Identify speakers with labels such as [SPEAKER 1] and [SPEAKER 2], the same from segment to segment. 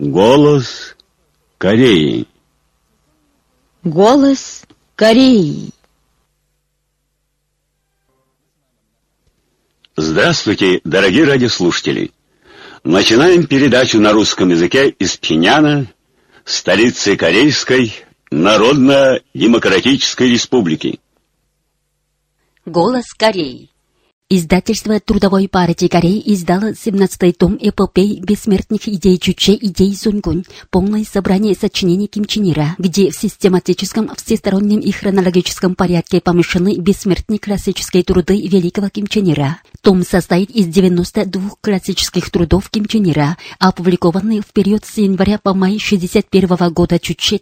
[SPEAKER 1] Голос Кореи.
[SPEAKER 2] Голос Кореи.
[SPEAKER 1] Здравствуйте, дорогие радиослушатели! Начинаем передачу на русском языке из Пхеньяна, столицы Корейской Народно-Демократической Республики.
[SPEAKER 2] Голос Кореи. Издательство Трудовой партии Кореи издало 17-й том эпопей бессмертных идей Чуче, идей Сунгунь, полное собрание сочинений Ким Чен Ира, где в систематическом, всестороннем и хронологическом порядке помещены бессмертные классические труды великого Ким Чен Ира. Том состоит из 92 классических трудов Ким Чен Ира, опубликованных в период с января по май 1961 года Чуче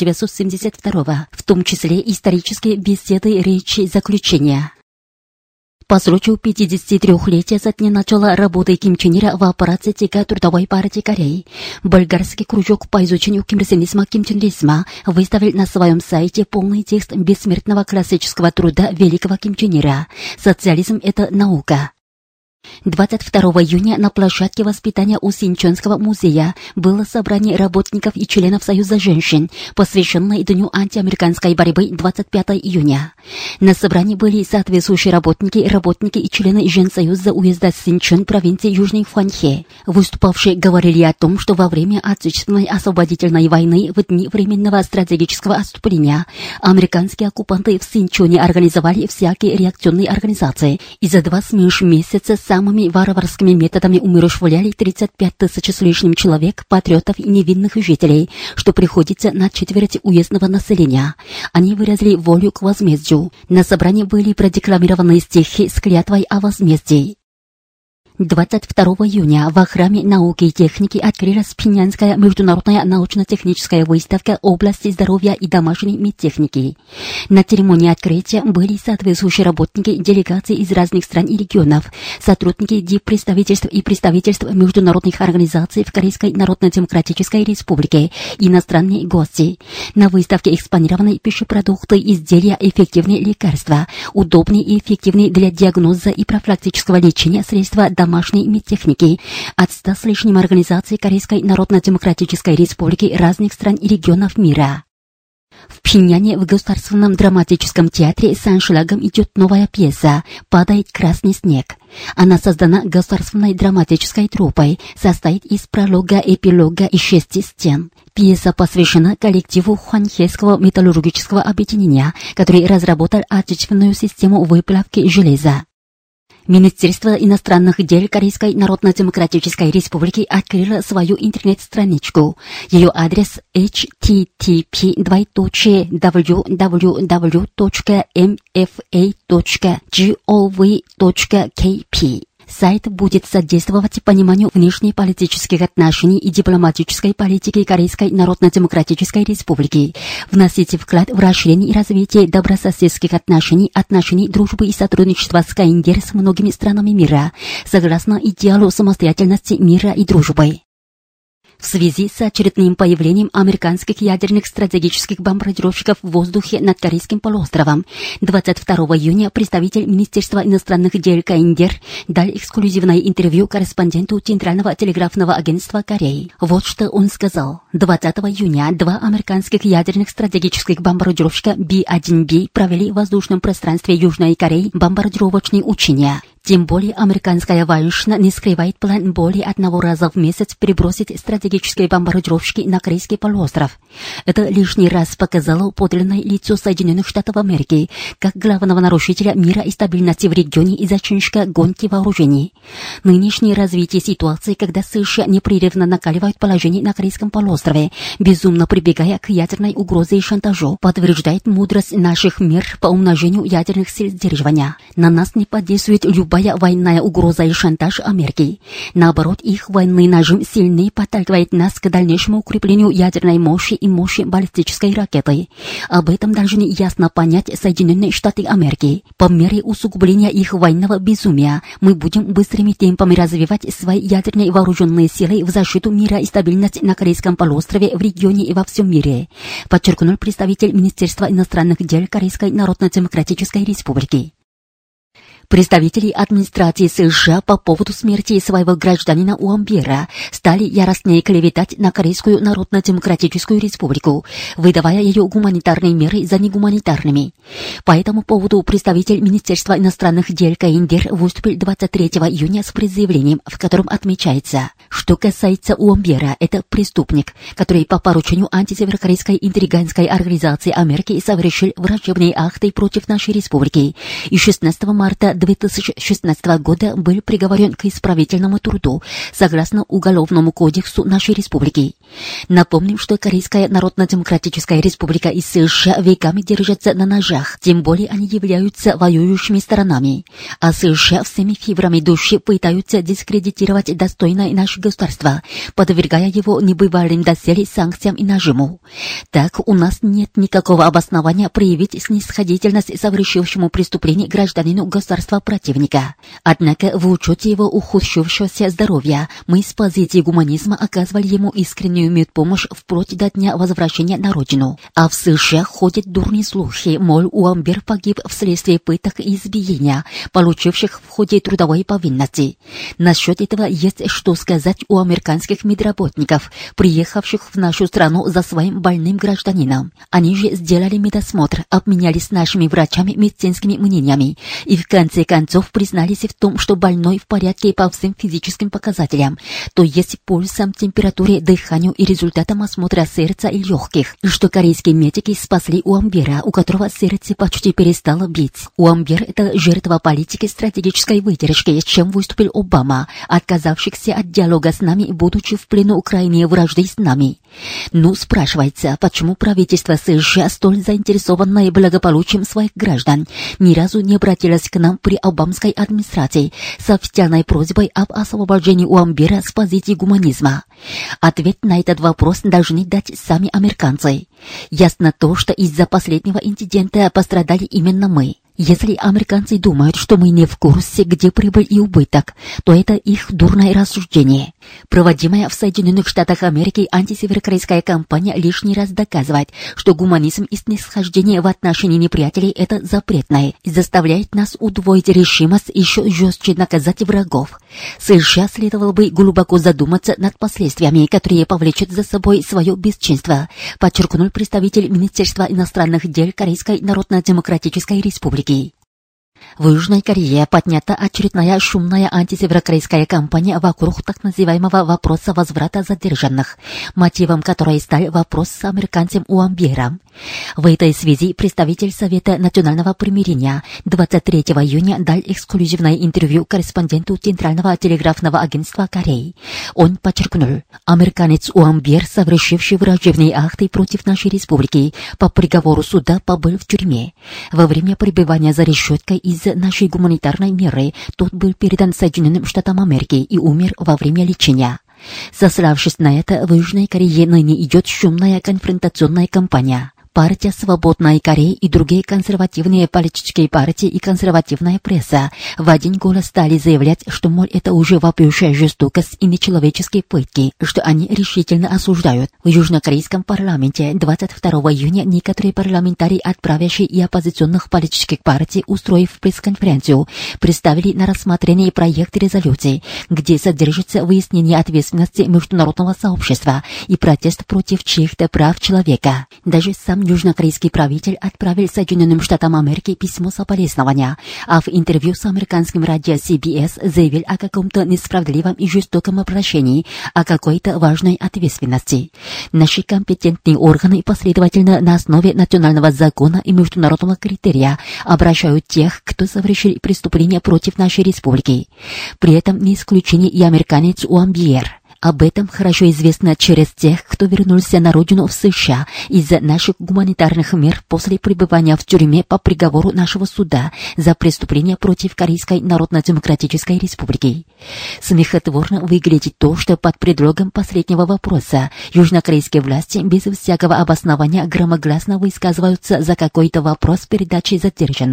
[SPEAKER 2] 1972, в том числе исторические беседы, речи, заключения. По случаю 53-летия со дня начала работы Ким Чен Ира в аппарате ЦК Трудовой партии Кореи, болгарский кружок по изучению кимрсенизма, кимченризма выставил на своем сайте полный текст бессмертного классического труда великого Ким Чен Ира «Социализм – это наука». 22 июня на площадке воспитания у Синчонского музея было собрание работников и членов Союза женщин, посвященное Дню антиамериканской борьбы 25 июня. На собрании были соответствующие работники и члены Женсоюза уезда Синчон провинции Южной Хванхе. Выступавшие говорили о том, что во время Отечественной освободительной войны в дни временного стратегического отступления американские оккупанты в Синчоне организовали всякие реакционные организации и за 2 с меньшим месяца самыми варварскими методами умерщвляли 35 тысяч с лишним человек, патриотов и невинных жителей, что приходится на четверть уездного населения. Они выразили волю к возмездию. На собрании были продекламированы стихи с клятвой о возмездии. 22 июня во Храме науки и техники открылась Пхеньянская международная научно-техническая выставка области здоровья и домашней медтехники. На церемонии открытия были соответствующие работники делегаций из разных стран и регионов, сотрудники диппредставительств и представительств международных организаций в Корейской Народно-Демократической Республике, иностранные гости. На выставке экспонированы пищепродукты, изделия, эффективные лекарства, удобные и эффективные для диагноза и профилактического лечения средства домашней медтехники от 100 с лишним организаций Корейской Народно-Демократической Республики разных стран и регионов мира. В Пхеньяне в Государственном драматическом театре с аншлагом идет новая пьеса «Падает красный снег». Она создана государственной драматической труппой, состоит из пролога, эпилога и 6 сцен. Пьеса посвящена коллективу Хванхеского металлургического объединения, который разработал отечественную систему выплавки железа. Министерство иностранных дел Корейской Народно-Демократической Республики открыло свою интернет-страничку. Ее адрес http://mfa.gov.kp. Сайт будет содействовать пониманию внешнеполитических отношений и дипломатической политики Корейской Народно-Демократической Республики, вносить вклад в расширение и развитие добрососедских отношений, дружбы и сотрудничества с КНДР с многими странами мира, согласно идеалу самостоятельности, мира и дружбы. В связи с очередным появлением американских ядерных стратегических бомбардировщиков в воздухе над Корейским полуостровом, 22 июня представитель Министерства иностранных дел КНДР дал эксклюзивное интервью корреспонденту Центрального телеграфного агентства Кореи. Вот что он сказал. 20 июня 2 американских ядерных стратегических бомбардировщика B-1B провели в воздушном пространстве Южной Кореи бомбардировочные учения. Тем более американская военщина не скрывает план более 1 раза в месяц перебросить стратегические бомбардировщики на Корейский полуостров. Это лишний раз показало подлинное лицо Соединенных Штатов Америки как главного нарушителя мира и стабильности в регионе и зачинщика гонки вооружений. Нынешнее развитие ситуации, когда США непрерывно накаливают положение на Корейском полуострове, безумно прибегая к ядерной угрозе и шантажу, подтверждает мудрость наших мер по умножению ядерных сил сдерживания. На нас не подействует любая военная угроза и шантаж Америки. Наоборот, их военный нажим сильнее подталкивает нас к дальнейшему укреплению ядерной мощи и мощи баллистической ракеты. Об этом должны ясно понять Соединенные Штаты Америки. По мере усугубления их военного безумия мы будем быстрыми темпами развивать свои ядерные вооруженные силы в защиту мира и стабильности на Корейском полуострове, в регионе и во всем мире, подчеркнул представитель Министерства иностранных дел Корейской Народно-Демократической Республики. Представители администрации США по поводу смерти своего гражданина Уамбера стали яростнее клеветать на Корейскую Народно-Демократическую Республику, выдавая ее гуманитарные меры за негуманитарными. По этому поводу представитель Министерства иностранных дел Каиндер выступил 23 июня с предзаявлением, в котором отмечается, что касается Уамбера, это преступник, который по поручению антисеверокорейской интриганской организации Америки совершил враждебные акты против нашей республики и 16 марта 2016 года был приговорен к исправительному труду согласно Уголовному кодексу нашей республики. Напомним, что Корейская Народно-Демократическая Республика и США веками держатся на ножах, тем более они являются воюющими сторонами. А США всеми фибрами души пытаются дискредитировать достойное наше государство, подвергая его небывалым доселе санкциям и нажиму. Так у нас нет никакого обоснования проявить снисходительность совершившему преступление гражданину государства противника. Однако в учете его ухудшившегося здоровья мы с позиции гуманизма оказывали ему искреннюю медпомощь вплоть до дня возвращения на родину. А в США ходят дурные слухи, мол, Уамбер погиб вследствие пыток и избиения, получивших в ходе трудовой повинности. Насчет этого есть что сказать у американских медработников, приехавших в нашу страну за своим больным гражданином. Они же сделали медосмотр, обменялись с нашими врачами медицинскими мнениями и в конце концов признались в том, что больной в порядке по всем физическим показателям, то есть пульсом, температуре, дыханию и результатам осмотра сердца и легких, что корейские медики спасли Уамбера, у которого сердце почти перестало бить. Уамбер – это жертва политики стратегической выдержки, с чем выступил Обама, отказавшийся от диалога с нами, будучи в плену крайней вражды с нами. Ну, спрашивается, почему правительство США, столь заинтересованное благополучием своих граждан, ни разу не обратилось к нам при обамской администрации с официальной просьбой об освобождении Уамбера с позиции гуманизма? Ответ на этот вопрос должны дать сами американцы. Ясно то, что из-за последнего инцидента пострадали именно мы. Если американцы думают, что мы не в курсе, где прибыль и убыток, то это их дурное рассуждение. Проводимая в Соединенных Штатах Америки антисеверокорейская кампания лишний раз доказывает, что гуманизм и снисхождение в отношении неприятелей – это запретное, и заставляет нас удвоить решимость еще жестче наказать врагов. США следовало бы глубоко задуматься над последствиями, которые повлечет за собой свое бесчинство, подчеркнул представитель Министерства иностранных дел Корейской Народно-Демократической Республики. В Южной Корее поднята очередная шумная антисеверокорейская кампания вокруг так называемого вопроса возврата задержанных, мотивом которой стал вопрос с американцем Уамбером. В этой связи представитель Совета национального примирения 23 июня дал эксклюзивное интервью корреспонденту Центрального телеграфного агентства Кореи. Он подчеркнул, американец Уамбер, совершивший враждебные акты против нашей республики, по приговору суда побыл в тюрьме. Во время пребывания за решеткой из-за нашей гуманитарной меры тот был передан Соединенным Штатам Америки и умер во время лечения. Сославшись на это, в Южной Корее ныне идет шумная конфронтационная кампания. Партия «Свободная Корея» и другие консервативные политические партии и консервативная пресса в один голос стали заявлять, что, мол, это уже вопиющая жестокость и нечеловеческие пытки, что они решительно осуждают. В южнокорейском парламенте 22 июня некоторые парламентарии, отправившие и оппозиционных политических партий, устроив пресс-конференцию, представили на рассмотрение проект резолюции, где содержится выяснение ответственности международного сообщества и протест против чьих-то прав человека. Даже сам южнокорейский правитель отправил Соединенным Штатам Америки письмо соболезнования, а в интервью с американским радио CBS заявил о каком-то несправедливом и жестоком обращении, о какой-то важной ответственности. Наши компетентные органы последовательно на основе национального закона и международного критерия обращают тех, кто совершил преступления против нашей республики. При этом не исключение и американец Уамбер. Об этом хорошо известно через тех, кто вернулся на родину в США из-за наших гуманитарных мер после пребывания в тюрьме по приговору нашего суда за преступления против Корейской Народно-Демократической Республики. Смехотворно выглядит то, что под предлогом последнего вопроса южнокорейские власти без всякого обоснования громогласно высказываются за какой-то вопрос передачи задержанных.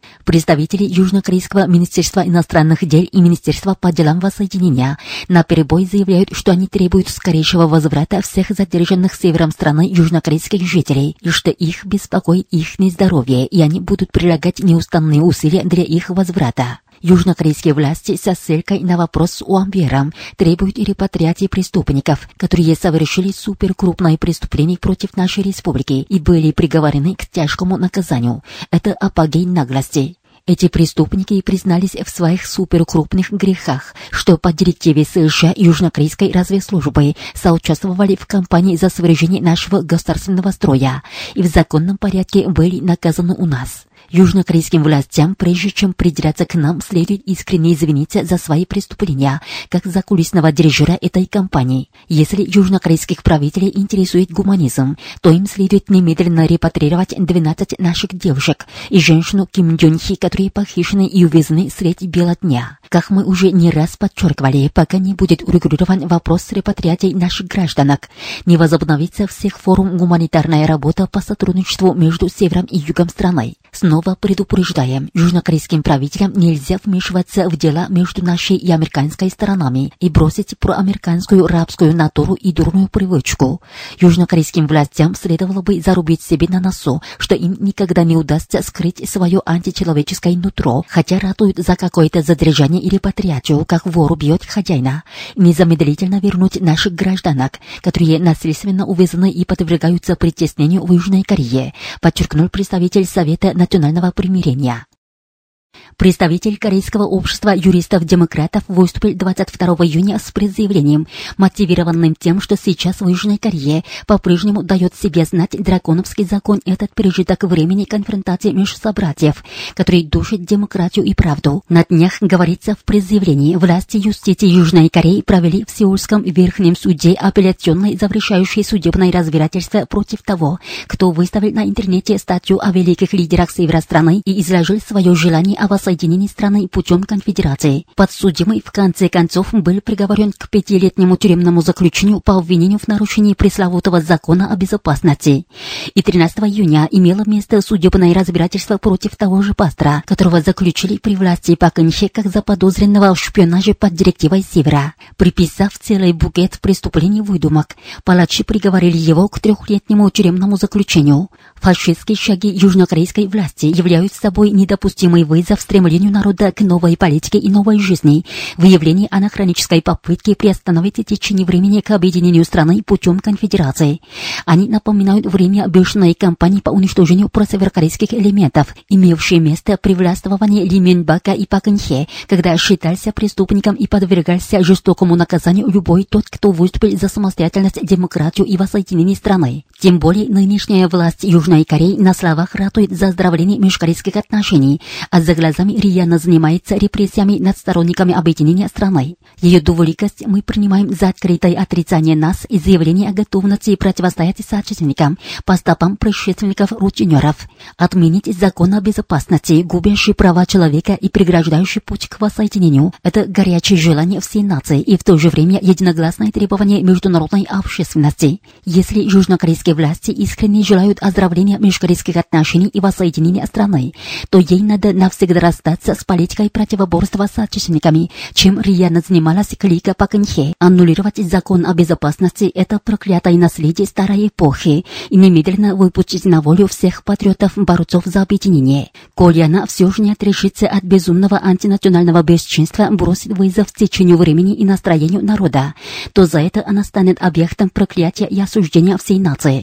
[SPEAKER 2] Представители Южнокорейского министерства иностранных дел и Министерства по делам воссоединения наперебой заявляют, что они требуют скорейшего возврата всех задержанных севером страны южнокорейских жителей, и что их беспокоит их здоровье, и они будут прилагать неустанные усилия для их возврата. Южнокорейские власти со ссылкой на вопрос с Уамбером требуют репатриации преступников, которые совершили суперкрупные преступления против нашей республики и были приговорены к тяжкому наказанию. Это апогей наглости. Эти преступники признались в своих суперкрупных грехах, что по директиве США Южнокорейской разведслужбы соучаствовали в кампании за свержение нашего государственного строя и в законном порядке были наказаны у нас. Южнокорейским властям, прежде чем придираться к нам, следует искренне извиниться за свои преступления, как закулисного дирижера этой кампании. Если южнокорейских правителей интересует гуманизм, то им следует немедленно репатрировать 12 наших девушек и женщину Ким Джун-хи, которые похищены и увезены средь бела дня. Как мы уже не раз подчеркивали, пока не будет урегулирован вопрос с репатриацией наших гражданок, не возобновится всех форум гуманитарная работа по сотрудничеству между севером и югом страны. Снова предупреждаем, южнокорейским правителям нельзя вмешиваться в дела между нашей и американской сторонами и бросить проамериканскую рабскую натуру и дурную привычку. Южнокорейским властям следовало бы зарубить себе на носу, что им никогда не удастся скрыть свое античеловеческое нутро, хотя ратуют за какое-то задержание и репатриацию, как вор бьет хозяина. Незамедлительно вернуть наших гражданок, которые насильственно увезены и подвергаются притеснению в Южной Корее, подчеркнул представитель Совета национального примирения. Представитель Корейского общества юристов-демократов выступил 22 июня с предзаявлением, мотивированным тем, что сейчас в Южной Корее по-прежнему дает себе знать драконовский закон, этот пережиток времени конфронтации между собратьев, который душит демократию и правду. На днях, говорится в предзаявлении, власти юстиции Южной Кореи провели в Сеульском Верхнем суде апелляционное завершающее судебное разбирательство против того, кто выставил на интернете статью о великих лидерах севера страны и изложил свое желание о воссоединении страны путем конфедерации. Подсудимый в конце концов был приговорен к 5-летнему тюремному заключению по обвинению в нарушении пресловутого закона о безопасности. И 13 июня имело место судебное разбирательство против того же пастора, которого заключили при власти Пак Кын Хе как заподозренного в шпионаже под директивой Севера. Приписав целый букет преступлений выдумок, палачи приговорили его к 3-летнему тюремному заключению. Фашистские шаги южнокорейской власти являются собой недопустимый вызов стремлению народа к новой политике и новой жизни, выявление анахронической попытки приостановить течение времени к объединению страны путем конфедерации. Они напоминают время бешеной кампании по уничтожению просеверокорейских элементов, имевшей место при властвовании Ли Мёнбака и Пак Кын Хе, когда считался преступником и подвергался жестокому наказанию любой тот, кто выступил за самостоятельность, демократию и воссоединение страны. Тем более нынешняя власть Южной Кореи на словах ратует за оздоровление межкорейских отношений, а за глазами рьяно занимается репрессиями над сторонниками объединения страны. Ее двуликость мы принимаем за открытое отрицание нас и заявление о готовности противостоять соотечественникам по стопам предшественников-рутинеров. Отменить закон о безопасности, губящий права человека и преграждающий путь к воссоединению – это горячее желание всей нации и в то же время единогласное требование международной общественности. Если южнокорейские власти искренне желают оздоровления межкорейских отношений и воссоединения страны, то ей надо навсегда расстаться с политикой противоборства с соотечественниками, чем рьяно занималась клика Пак Кын Хе. Аннулировать закон о безопасности – это проклятое наследие старой эпохи и немедленно выпустить на волю всех патриотов-борцов за объединение. Коли она все же не отрешится от безумного антинационального бесчинства, бросит вызов течению времени и настроению народа, то за это она станет объектом проклятия и осуждения всей нации.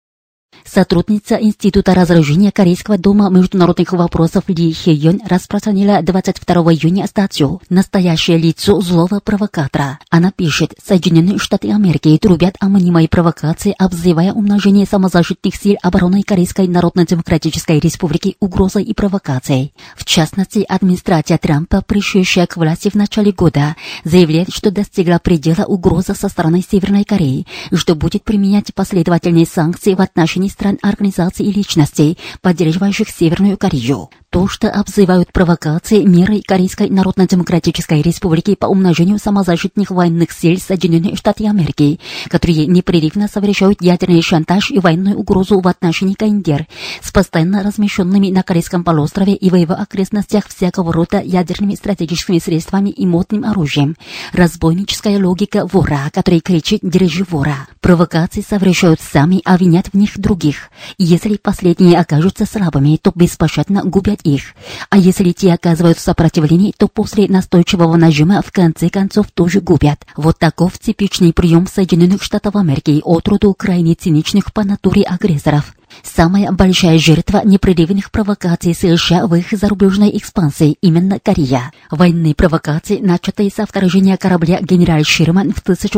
[SPEAKER 2] Сотрудница Института разоружения Корейского дома международных вопросов Ли Хе-Йон распространила 22 июня статью «Настоящее лицо злого провокатора». Она пишет: Соединенные Штаты Америки трубят о мнимой провокации, обзывая умножение самозащитных сил обороны Корейской Народно-Демократической Республики угрозой и провокацией. В частности, администрация Трампа, пришедшая к власти в начале года, заявляет, что достигла предела угроза со стороны Северной Кореи, что будет применять последовательные санкции в отношении стран, организаций и личностей, поддерживающих Северную Корею. То, что обзывают провокацией мерой Корейской Народно-Демократической Республики по умножению самозащитных военных сил Соединенных Штатов Америки, которые непрерывно совершают ядерный шантаж и военную угрозу в отношении КНДР с постоянно размещенными на Корейском полуострове и в его окрестностях всякого рода ядерными стратегическими средствами и модным оружием. Разбойническая логика вора, который кричит «держи вора». Провокации совершают сами, а винят в них других. И если последние окажутся слабыми, то беспощадно губят их. А если те оказывают сопротивление, то после настойчивого нажима в конце концов тоже губят. Вот таков типичный прием Соединенных Штатов Америки от роду крайне циничных по натуре агрессоров. Самая большая жертва непрерывных провокаций США в их зарубежной экспансии именно Корея. Военные провокации, начатые со вторжения корабля «Генерал Ширман» в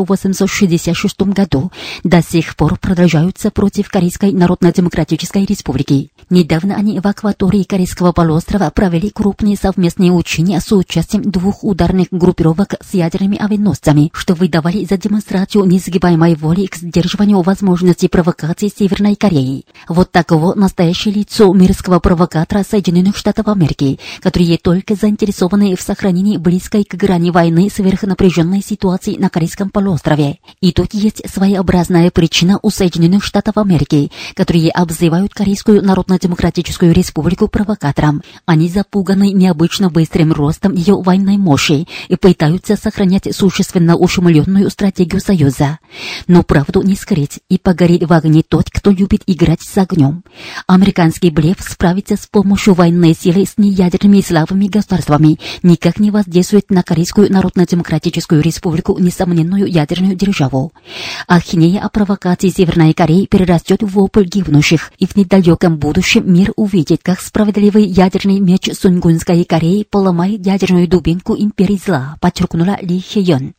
[SPEAKER 2] 1866 году, до сих пор продолжаются против Корейской Народно-Демократической Республики. Недавно они в акватории Корейского полуострова провели крупные совместные учения с участием двух ударных группировок с ядерными авианосцами, что выдавали за демонстрацию несгибаемой воли к сдерживанию возможности провокаций Северной Кореи. Вот таково настоящее лицо мирского провокатора Соединенных Штатов Америки, которые только заинтересованы в сохранении близкой к грани войны сверхнапряженной ситуации на Корейском полуострове. И тут есть своеобразная причина у Соединенных Штатов Америки, которые обзывают Корейскую Народно-Демократическую Республику провокатором. Они запуганы необычно быстрым ростом ее военной мощи и пытаются сохранять существенно ушумленную стратегию Союза. Но правду не скрыть, и погорит в огне тот, кто любит играть с огнем. Американский блеф справиться с помощью военной силы с неядерными слабыми государствами никак не воздействует на Корейскую Народно-Демократическую Республику, несомненную ядерную державу. Ахинея о провокации Северной Кореи перерастет в вопль гибнущих, и в недалеком будущем мир увидит, как справедливый ядерный меч Сунгунской Кореи поломает ядерную дубинку империи зла, подчеркнула Ли Хе-йон.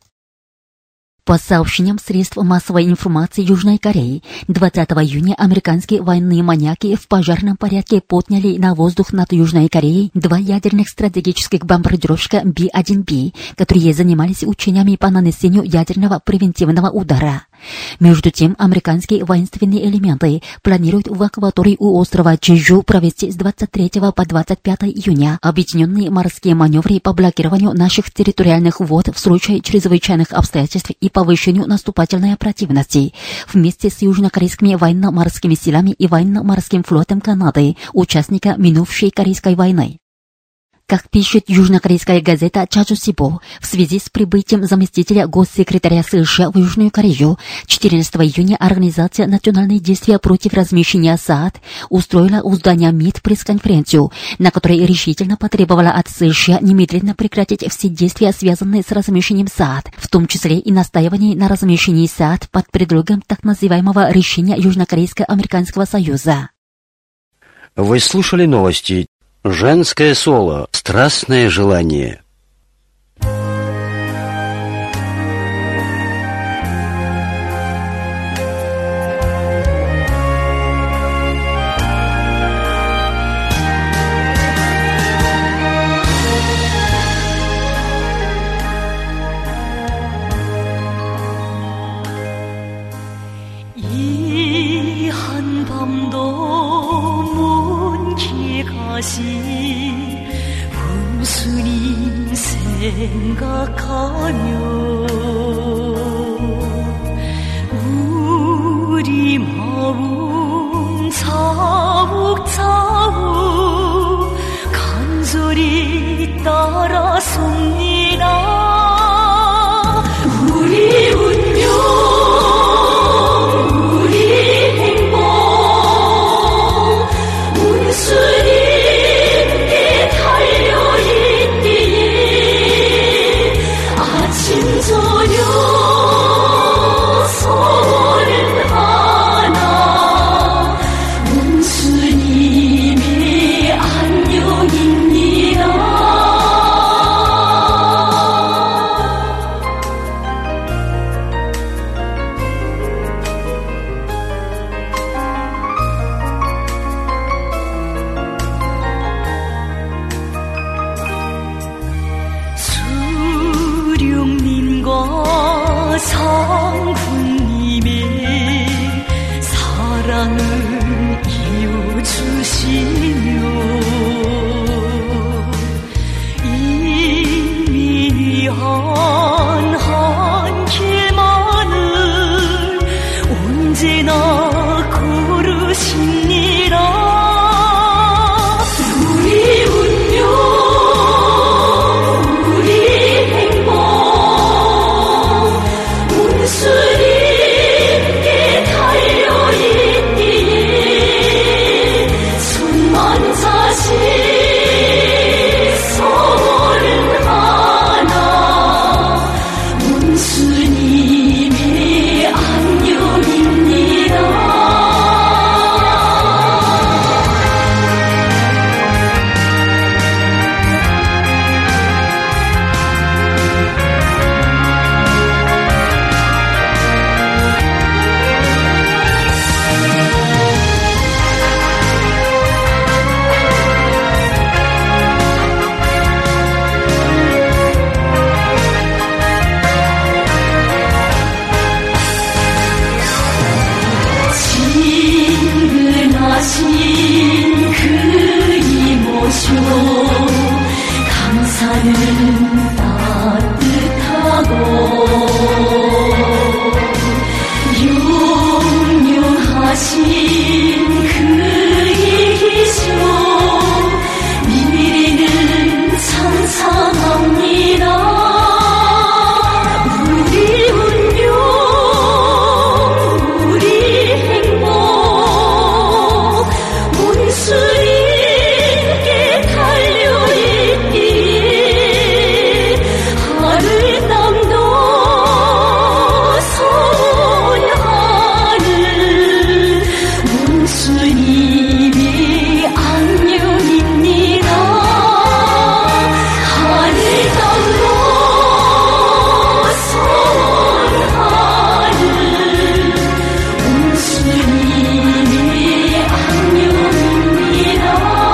[SPEAKER 2] По сообщениям средств массовой информации Южной Кореи, 20 июня американские военные маньяки в пожарном порядке подняли на воздух над Южной Кореей два ядерных стратегических бомбардировщика B-1B, которые занимались учениями по нанесению ядерного превентивного удара. Между тем, американские воинственные элементы планируют в акватории у острова Чжу провести с 23 по 25 июня объединенные морские маневры по блокированию наших территориальных вод в случае чрезвычайных обстоятельств и повышению наступательной оперативности вместе с южнокорейскими военно-морскими силами и военно-морским флотом Канады, участника минувшей Корейской войны. Как пишет южнокорейская газета «Чачусибо», в связи с прибытием заместителя госсекретаря США в Южную Корею 14 июня Организация национальных действий против размещения СААД устроила у здания МИД пресс-конференцию, на которой решительно потребовала от США немедленно прекратить все действия, связанные с размещением СААД, в том числе и настаивание на размещении СААД под предлогом так называемого решения Южнокорейско-Американского союза.
[SPEAKER 3] Вы слушали новости. Женское соло. Страстное желание.
[SPEAKER 4] 이 한밤도 문기가시 후순이 생각하며 우리 마음 차욱차욱 간절히 따라섭니다. 우리 운명 소녀 용용하신 그 이모쇼 감사는 따뜻하고 용용하신 그 이쇼 미래는 상상합니다. 우리 운명 우리 행복 온수님께 달려있기에 하늘 땅도 선하는 온수님의 안녕입니다. 하늘 땅도 선하는 온수님의 안녕입니다.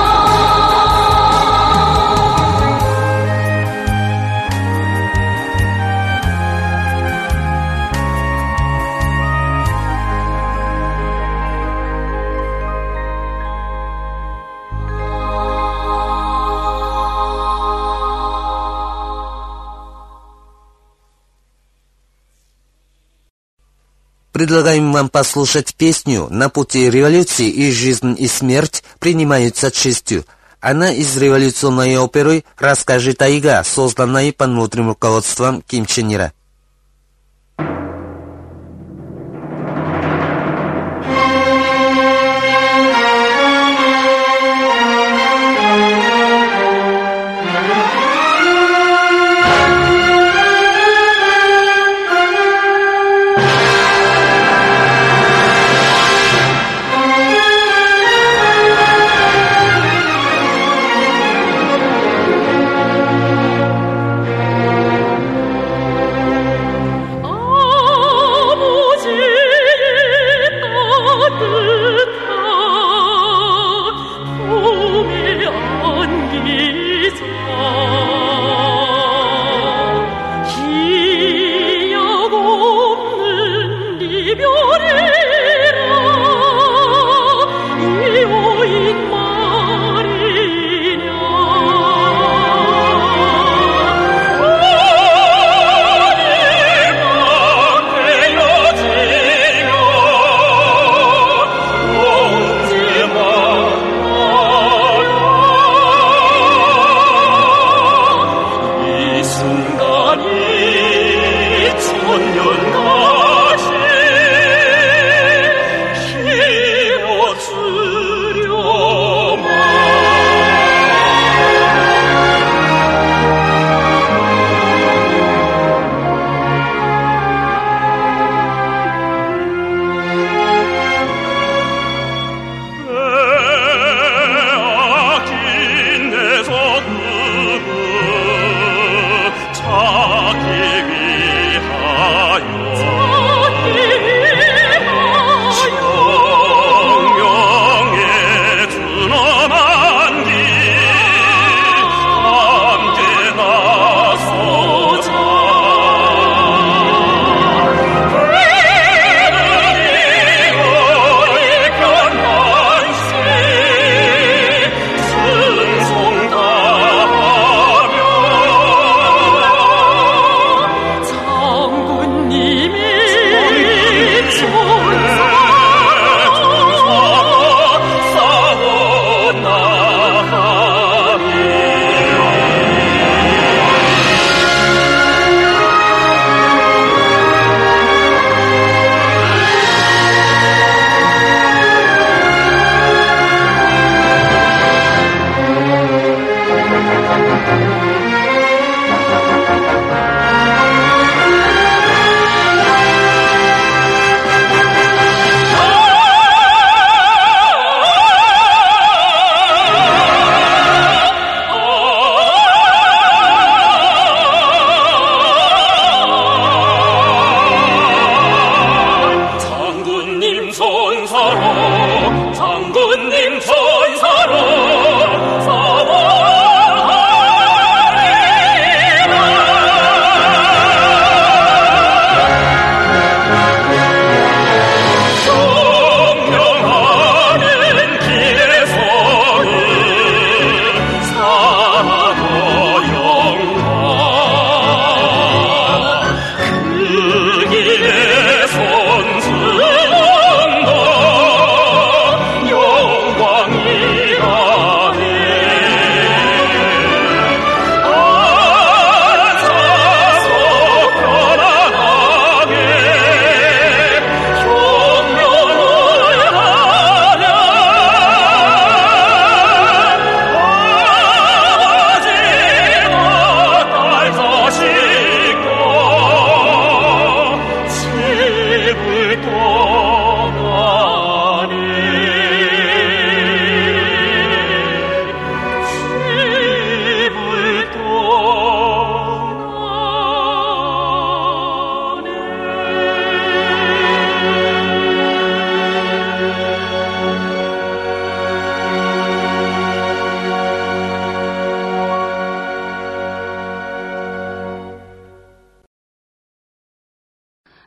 [SPEAKER 5] Предлагаем вам послушать песню «На пути революции и жизнь и смерть принимаются честью». Она из революционной оперы «Расскажи, тайга», созданной под внутренним руководством Ким Чен Ира.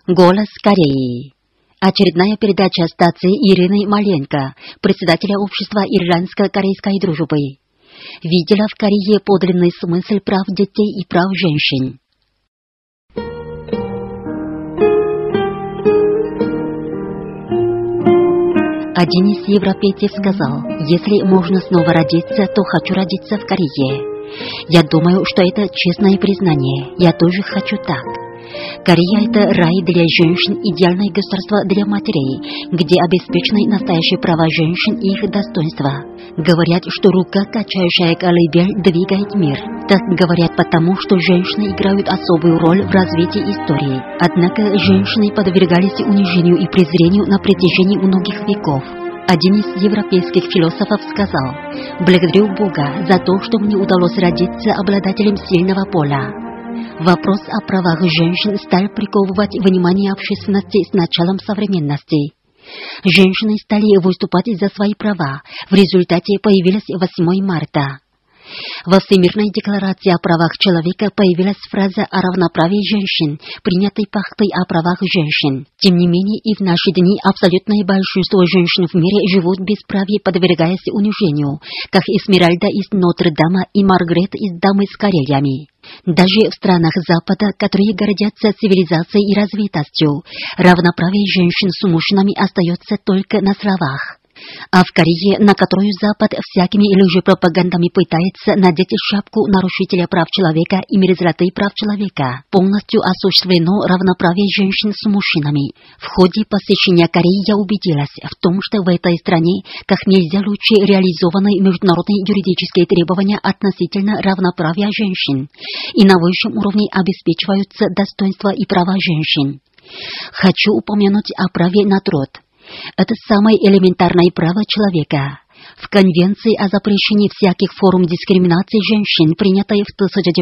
[SPEAKER 2] Голос Кореи. Очередная передача стации Ирины Маленко, председателя общества Ирландско-корейской дружбы. Видела в Корее подлинный смысл прав детей и прав женщин. Один из европейцев сказал: если можно снова родиться, то хочу родиться в Корее. Я думаю, что это честное признание. Я тоже хочу так. Корея — это рай для женщин, идеальное государство для матерей, где обеспечены настоящие права женщин и их достоинства. Говорят, что рука, качающая колыбель, двигает мир. Так говорят потому, что женщины играют особую роль в развитии истории. Однако женщины подвергались унижению и презрению на протяжении многих веков. Один из европейских философов сказал: «Благодарю Бога за то, что мне удалось родиться обладателем сильного пола». Вопрос о правах женщин стал приковывать внимание общественности с началом современности. Женщины стали выступать за свои права. В результате появилась 8 марта. Во Всемирной декларации о правах человека появилась фраза о равноправии женщин, принятой пахтой о правах женщин. Тем не менее, и в наши дни абсолютное большинство женщин в мире живут в бесправии, подвергаясь унижению, как Эсмеральда из Нотр-Дама и Маргарет из Дамы с Карельями. Даже в странах Запада, которые гордятся цивилизацией и развитостью, равноправие женщин с мужчинами остается только на словах. А в Корее, на которую Запад всякими лжепропагандами пытается надеть шапку нарушителя прав человека и мерзлоты прав человека, полностью осуществлено равноправие женщин с мужчинами. В ходе посещения Кореи я убедилась в том, что в этой стране как нельзя лучше реализованы международные юридические требования относительно равноправия женщин, и на высшем уровне обеспечиваются достоинства и права женщин. Хочу упомянуть о праве на труд. Это самое элементарное право человека. В Конвенции о запрещении всяких форм дискриминации женщин, принятой в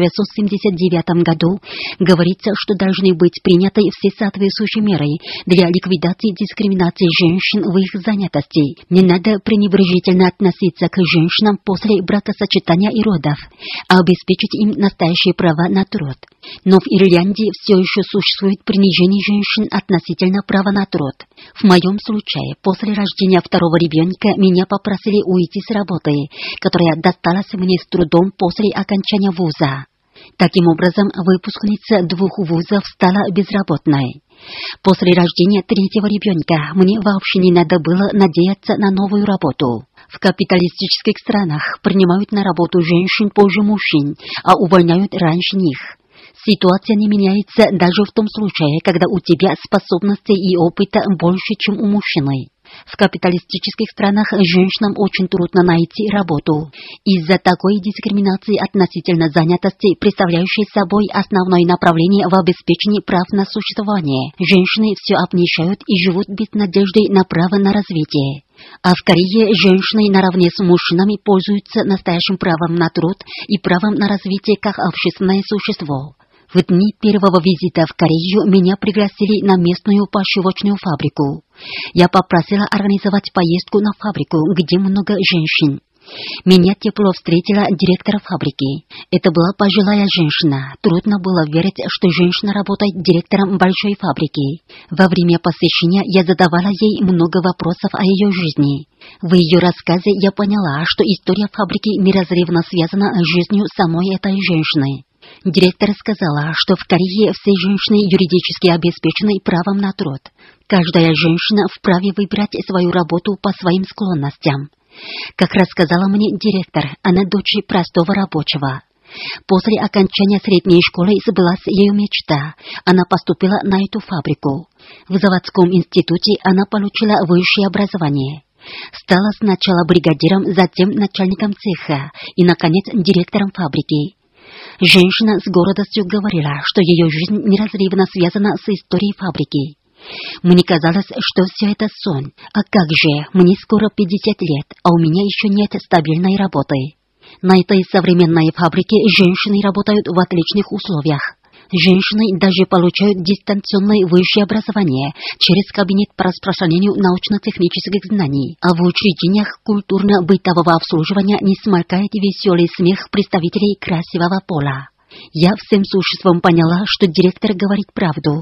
[SPEAKER 2] 1979 году, говорится, что должны быть приняты все соответствующие меры для ликвидации дискриминации женщин в их занятости. Не надо пренебрежительно относиться к женщинам после бракосочетания и родов, а обеспечить им настоящие права на труд. Но в Ирландии все еще существует принижение женщин относительно права на труд. В моем случае, после рождения второго ребенка, меня попросили уйти с работы, которая досталась мне с трудом после окончания вуза. Таким образом, выпускница 2 вузов стала безработной. После рождения 3-го ребенка мне вообще не надо было надеяться на новую работу. В капиталистических странах принимают на работу женщин позже мужчин, а увольняют раньше них. Ситуация не меняется даже в том случае, когда у тебя способностей и опыта больше, чем у мужчины. В капиталистических странах женщинам очень трудно найти работу. Из-за такой дискриминации относительно занятости, представляющей собой основное направление в обеспечении прав на существование, женщины все обнищают и живут без надежды на право на развитие. А в Корее женщины наравне с мужчинами пользуются настоящим правом на труд и правом на развитие как общественное существо. В дни первого визита в Корею меня пригласили на местную пошивочную фабрику. Я попросила организовать поездку на фабрику, где много женщин. Меня тепло встретила директор фабрики. Это была пожилая женщина. Трудно было верить, что женщина работает директором большой фабрики. Во время посещения я задавала ей много вопросов о ее жизни. В ее рассказе я поняла, что история фабрики неразрывно связана с жизнью самой этой женщины. Директор сказала, что в Корее все женщины юридически обеспечены правом на труд. Каждая женщина вправе выбирать свою работу по своим склонностям. Как рассказала мне директор, она дочь простого рабочего. После окончания средней школы сбылась ее мечта. Она поступила на эту фабрику. В заводском институте она получила высшее образование. Стала сначала бригадиром, затем начальником цеха и, наконец, директором фабрики. Женщина с гордостью говорила, что ее жизнь неразрывно связана с историей фабрики. Мне казалось, что все это сон. А как же, мне скоро 50 лет, а у меня еще нет стабильной работы. На этой современной фабрике женщины работают в отличных условиях. Женщины даже получают дистанционное высшее образование через кабинет по распространению научно-технических знаний, а в учреждениях культурно-бытового обслуживания не смолкает веселый смех представителей красивого пола. Я всем существом поняла, что директор говорит правду.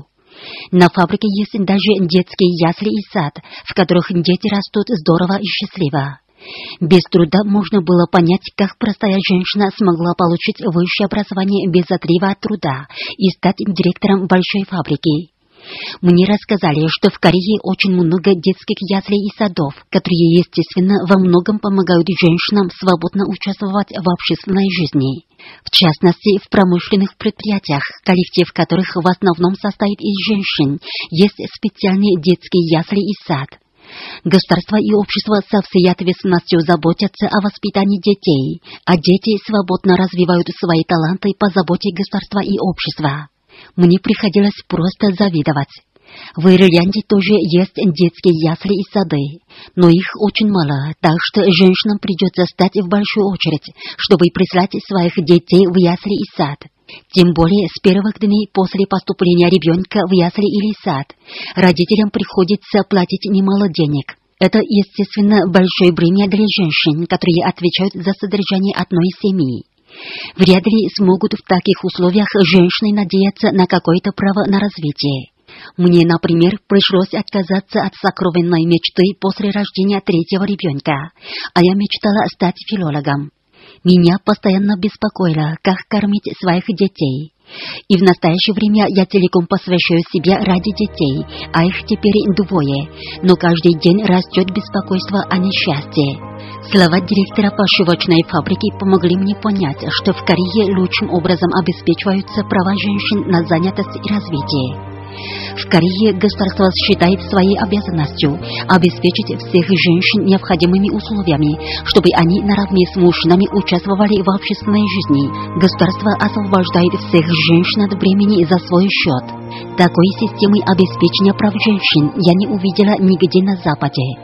[SPEAKER 2] На фабрике есть даже детские ясли и сад, в которых дети растут здорово и счастливо. Без труда можно было понять, как простая женщина смогла получить высшее образование без отрыва от труда и стать директором большой фабрики. Мне рассказали, что в Корее очень много детских яслей и садов, которые, естественно, во многом помогают женщинам свободно участвовать в общественной жизни. В частности, в промышленных предприятиях, коллектив которых в основном состоит из женщин, есть специальные детские ясли и сад. Государство и общество со всей ответственностью заботятся о воспитании детей, а дети свободно развивают свои таланты по заботе государства и общества. Мне приходилось просто завидовать. В Ирландии тоже есть детские ясли и сады, но их очень мало, так что женщинам придется стать в большую очередь, чтобы прислать своих детей в ясли и сад. Тем более с первых дней после поступления ребенка в ясли или сад родителям приходится платить немало денег. Это, естественно, большое бремя для женщин, которые отвечают за содержание одной семьи. Вряд ли смогут в таких условиях женщины надеяться на какое-то право на развитие. Мне, например, пришлось отказаться от сокровенной мечты после рождения третьего ребенка, а я мечтала стать филологом. Меня постоянно беспокоило, как кормить своих детей. И в настоящее время я целиком посвящаю себя ради детей, а их теперь двое, но каждый день растет беспокойство о несчастье. Слова директора пошивочной фабрики помогли мне понять, что в Корее лучшим образом обеспечиваются права женщин на занятость и развитие. В Корее государство считает своей обязанностью обеспечить всех женщин необходимыми условиями, чтобы они наравне с мужчинами участвовали в общественной жизни. Государство освобождает всех женщин от бремени за свой счет. Такой системы обеспечения прав женщин я не увидела нигде на Западе.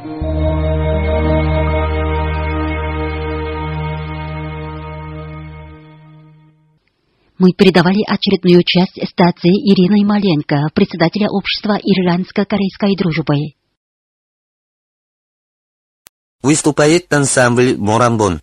[SPEAKER 2] Мы передавали очередную часть статьи Ирины Маленко, председателя общества Ирландско-корейской дружбы.
[SPEAKER 5] Выступает ансамбль «Моранбон».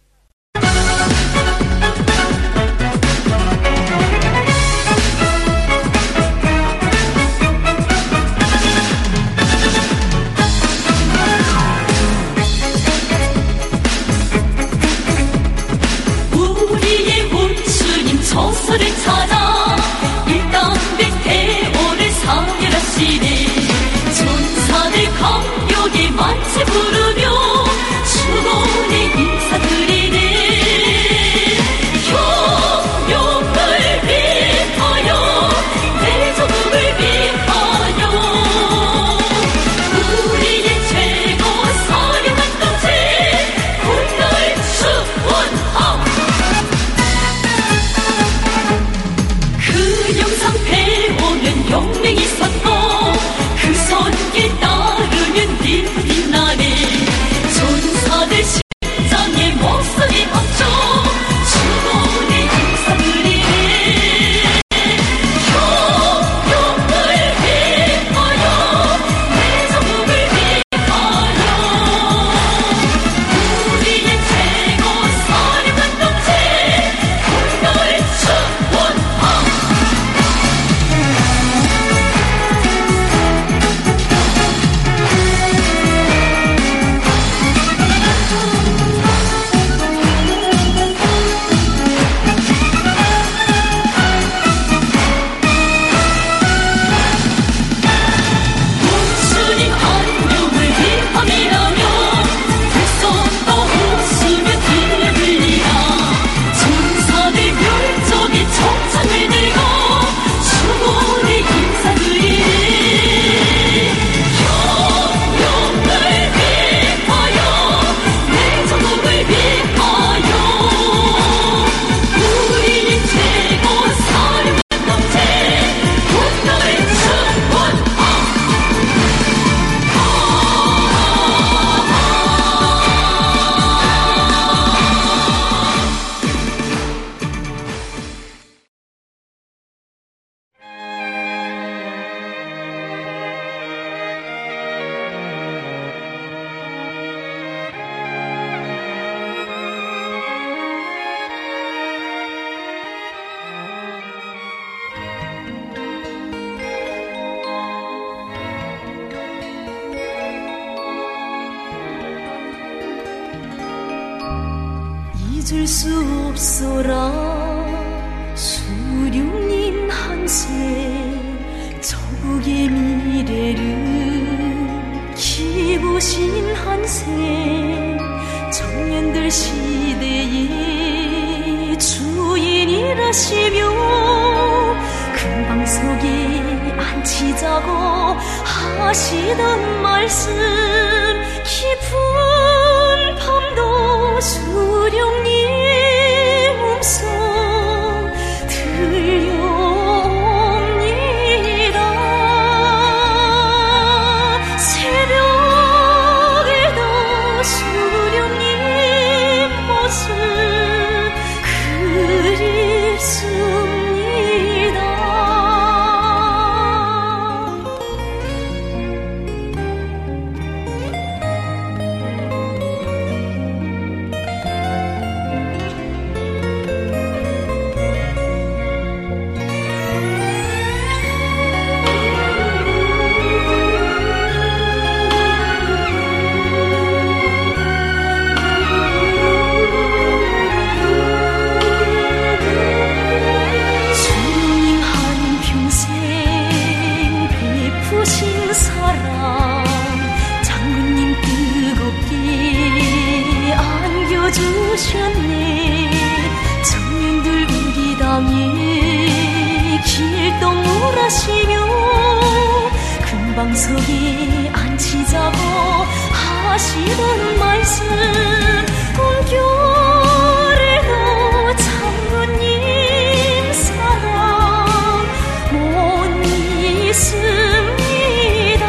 [SPEAKER 4] 저서를 찾아 일당백대오를 사결하시네 전사들 감격에 만세 부르며 축원의 인사드리네 혁명을 위하여 대조국을 위하여 우리의 최고 사령관 동지 군을 축원하오 잊을 수 없어라. 수룡님 한세 조국의 미래를 키우신 한세 청년들 시대의 주인이라시며 금방석에 앉히자고 하시던 말씀 깊은 밤도 수룡님 음성 들려옵니다. 새벽에도 수룡님 모습 그립습니다. 주셨네. 청년들 우리 당에 길동무라시며 금방석에 앉히자고 하시던 말씀 꿈결에도 장군님 사랑 못 잊습니다.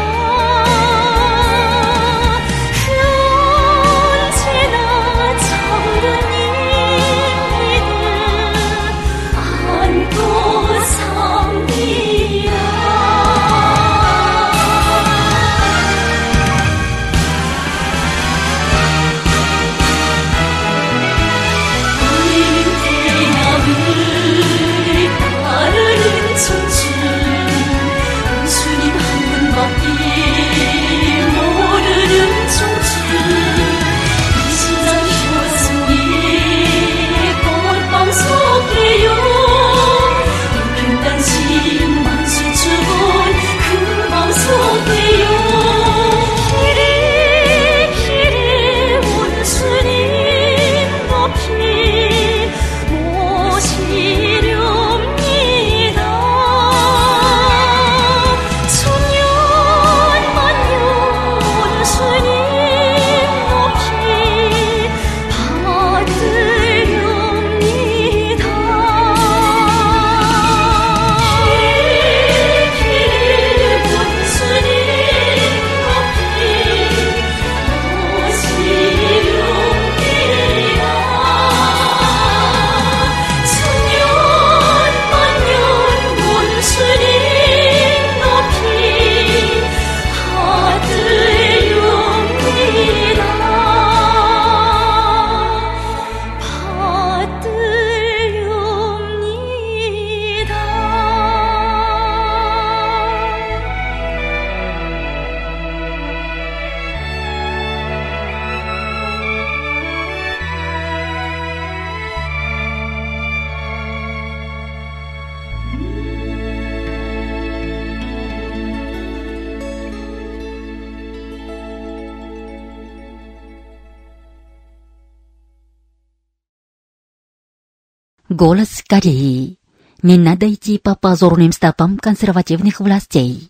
[SPEAKER 2] Голос Кореи. Не надо идти по позорным стопам консервативных властей.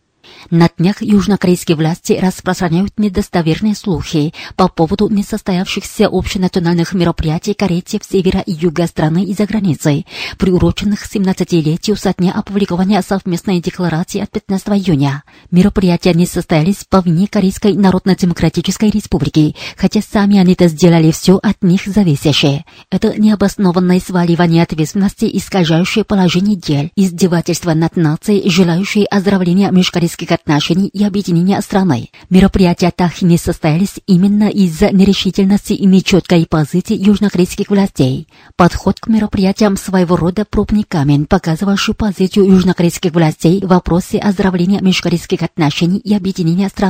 [SPEAKER 2] На днях южнокорейские власти распространяют недостоверные слухи по поводу несостоявшихся общенациональных мероприятий корейцев севера и юга страны и за границей, приуроченных 17-летию со дня опубликования совместной декларации от 15 июня. Мероприятия не состоялись по вине Корейской Народно-Демократической Республики, хотя сами они это сделали все от них зависящее. Это необоснованное сваливание ответственности, искажающее положение дел, издевательство над нацией, желающее оздоровления межкорейских отношений и объединения страны. Мероприятия так не состоялись именно из-за нерешительности и нечеткой позиции южнокорейских властей. Подход к мероприятиям своего рода пробный камень, показывающий позицию южнокорейских властей в вопросе оздоровления межкорейских отношений и объединения страны.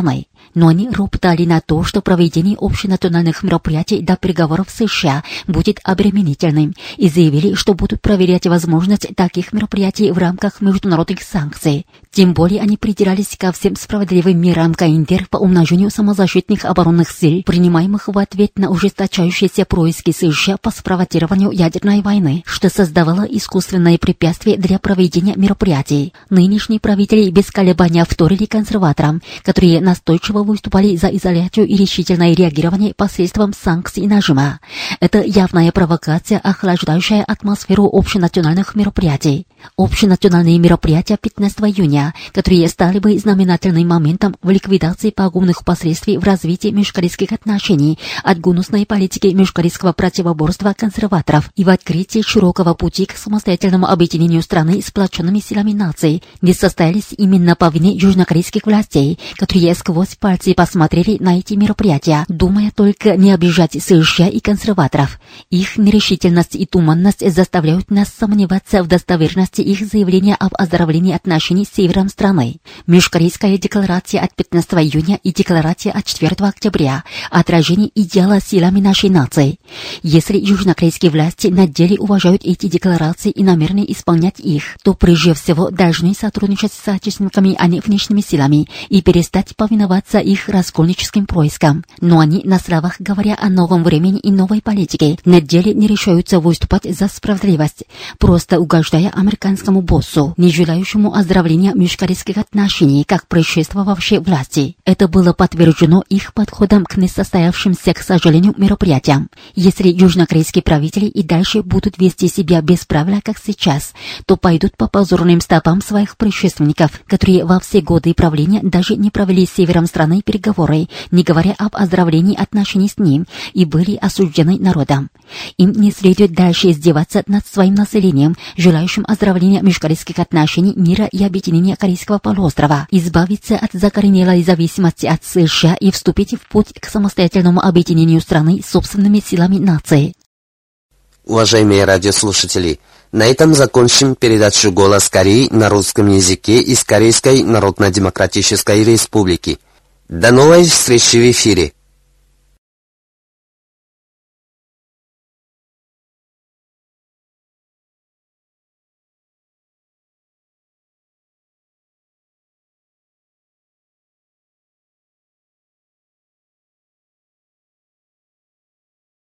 [SPEAKER 2] Но они роптали на то, что проведение общенациональных мероприятий до переговоров с США будет обременительным, и заявили, что будут проверять возможность таких мероприятий в рамках международных санкций. Тем более они придирались ко всем справедливым мерам КНДР по умножению самозащитных оборонных сил, принимаемых в ответ на ужесточающиеся происки США по спровоцированию ядерной войны, что создавало искусственное препятствие для проведения мероприятий. Нынешние правители без колебания вторили консерваторам, которые настойчиво выступали за изоляцию и решительное реагирование посредством санкций и нажима. Это явная провокация, охлаждающая атмосферу общенациональных мероприятий. Общенациональные мероприятия 15 июня, которые стали бы знаменательным моментом в ликвидации пагубных последствий в развитии межкорейских отношений от гнусной политики межкорейского противоборства консерваторов и в открытии широкого пути к самостоятельному объединению страны сплоченными силами наций, не состоялись именно по вине южнокорейских властей, которые сквозь пальцы посмотрели на эти мероприятия, думая только не обижать США и консерваторов. Их нерешительность и туманность заставляют нас сомневаться в достоверности их заявления об оздоровлении отношений с севером страны. Межкорейская декларация от 15 июня и декларация от 4 октября – отражение идеала силами нашей нации. Если южнокорейские власти на деле уважают эти декларации и намерены исполнять их, то прежде всего должны сотрудничать с соотечественниками, а не внешними силами, и перестать повиноваться их раскольническим проискам. Но они, на словах говоря о новом времени и новой политике, на деле не решаются выступать за справедливость, просто угождая американскому боссу, не желающему оздоровления межкорейских отношений, как предшествовавшей власти. Это было подтверждено их подходом к несостоявшимся, к сожалению, мероприятиям. Если южнокорейские правители и дальше будут вести себя без правила, как сейчас, то пойдут по позорным стопам своих предшественников, которые во все годы правления даже не провели с севером страны переговоры, не говоря об оздоровлении отношений с ним, и были осуждены народом. Им не следует дальше издеваться над своим населением, желающим оздоровления межкорейских отношений, мира и объединения Корейского полуострова, избавиться от закоренелой зависимости от США и вступить в путь к самостоятельному объединению страны собственными силами нации.
[SPEAKER 5] Уважаемые радиослушатели, на этом закончим передачу «Голос Кореи» на русском языке из Корейской Народно-Демократической Республики. До новой встречи в эфире.